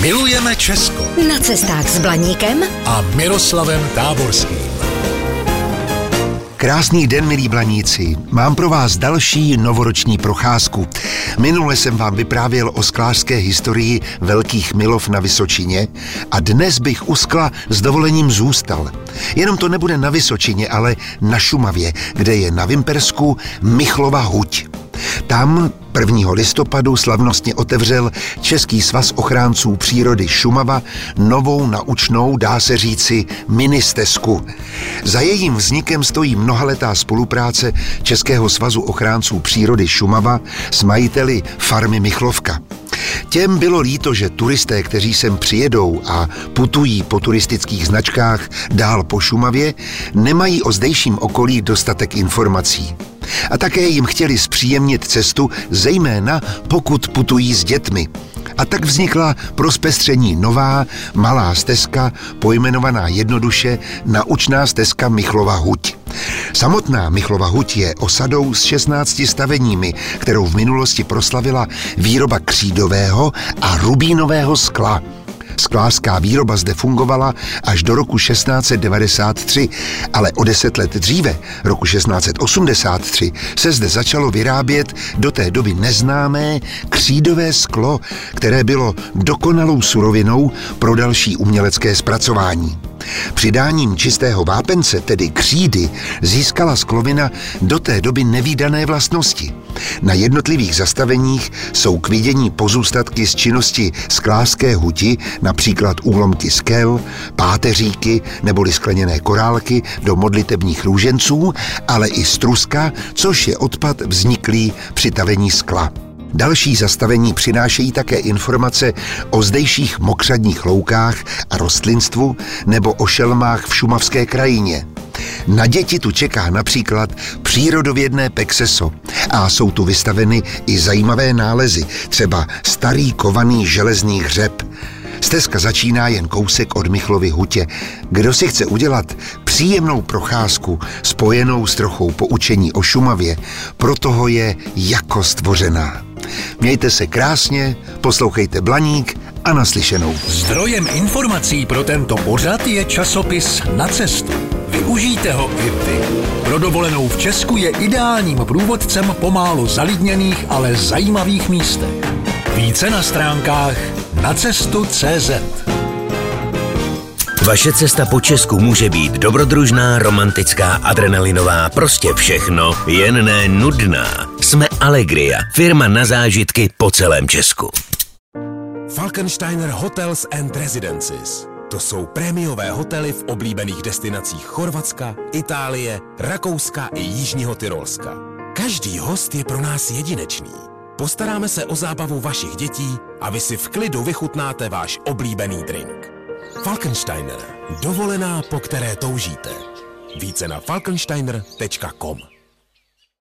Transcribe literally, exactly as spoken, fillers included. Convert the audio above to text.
Milujeme Česko. Na cestách s Blaníkem a Miroslavem Táborským. Krásný den, milí Blaníci. Mám pro vás další novoroční procházku. Minule jsem vám vyprávěl o sklářské historii Velkých Milov na Vysočině a dnes bych u skla s dovolením zůstal. Jenom to nebude na Vysočině, ale na Šumavě, kde je na Vimpersku Michlova huť. Tam prvního listopadu slavnostně otevřel Český svaz ochránců přírody Šumava novou naučnou, dá se říci, ministesku. Za jejím vznikem stojí mnohaletá spolupráce Českého svazu ochránců přírody Šumava s majiteli farmy Michlovka. Těm bylo líto, že turisté, kteří sem přijedou a putují po turistických značkách dál po Šumavě, nemají o zdejším okolí dostatek informací. A také jim chtěli zpříjemnit cestu, zejména pokud putují s dětmi. A tak vznikla pro zpestření nová, malá stezka, pojmenovaná jednoduše Naučná stezka Michlova huť. Samotná Michlova huť je osadou s šestnácti staveními, kterou v minulosti proslavila výroba křídového a rubínového skla. Sklářská výroba zde fungovala až do roku šestnáct set devadesát tři, ale o deset let dříve, roku šestnáct set osmdesát tři, se zde začalo vyrábět do té doby neznámé křídové sklo, které bylo dokonalou surovinou pro další umělecké zpracování. Přidáním čistého vápence, tedy křídy, získala sklovina do té doby nevídané vlastnosti. Na jednotlivých zastaveních jsou k vidění pozůstatky z činnosti sklářské huti, například úlomky skel, páteříky neboli skleněné korálky do modlitebních růženců, ale i struska, což je odpad vzniklý při tavení skla. Další zastavení přinášejí také informace o zdejších mokřadních loukách a rostlinstvu nebo o šelmách v šumavské krajině. Na děti tu čeká například přírodovědné pexeso a jsou tu vystaveny i zajímavé nálezy, třeba starý kovaný železný hřeb. Stezka začíná jen kousek od Michlovy hutě. Kdo si chce udělat příjemnou procházku spojenou s trochou poučení o Šumavě, pro toho je jako stvořená. Mějte se krásně, poslouchejte Blaník a naslyšenou. Zdrojem informací pro tento pořad je časopis Na cestu. Využijte ho i vy. Pro dovolenou v Česku je ideálním průvodcem po málo zalidněných, ale zajímavých místech. Více na stránkách na cestu tečka cé zet. Vaše cesta po Česku může být dobrodružná, romantická, adrenalinová, prostě všechno, jen ne nudná. Jsme Allegria, firma na zážitky po celém Česku. Falkensteiner Hotels and Residences. To jsou prémiové hotely v oblíbených destinacích Chorvatska, Itálie, Rakouska i Jižního Tyrolska. Každý host je pro nás jedinečný. Postaráme se o zábavu vašich dětí a vy si v klidu vychutnáte váš oblíbený drink. Falkensteiner. Dovolená, po které toužíte. Více na falkensteiner tečka com.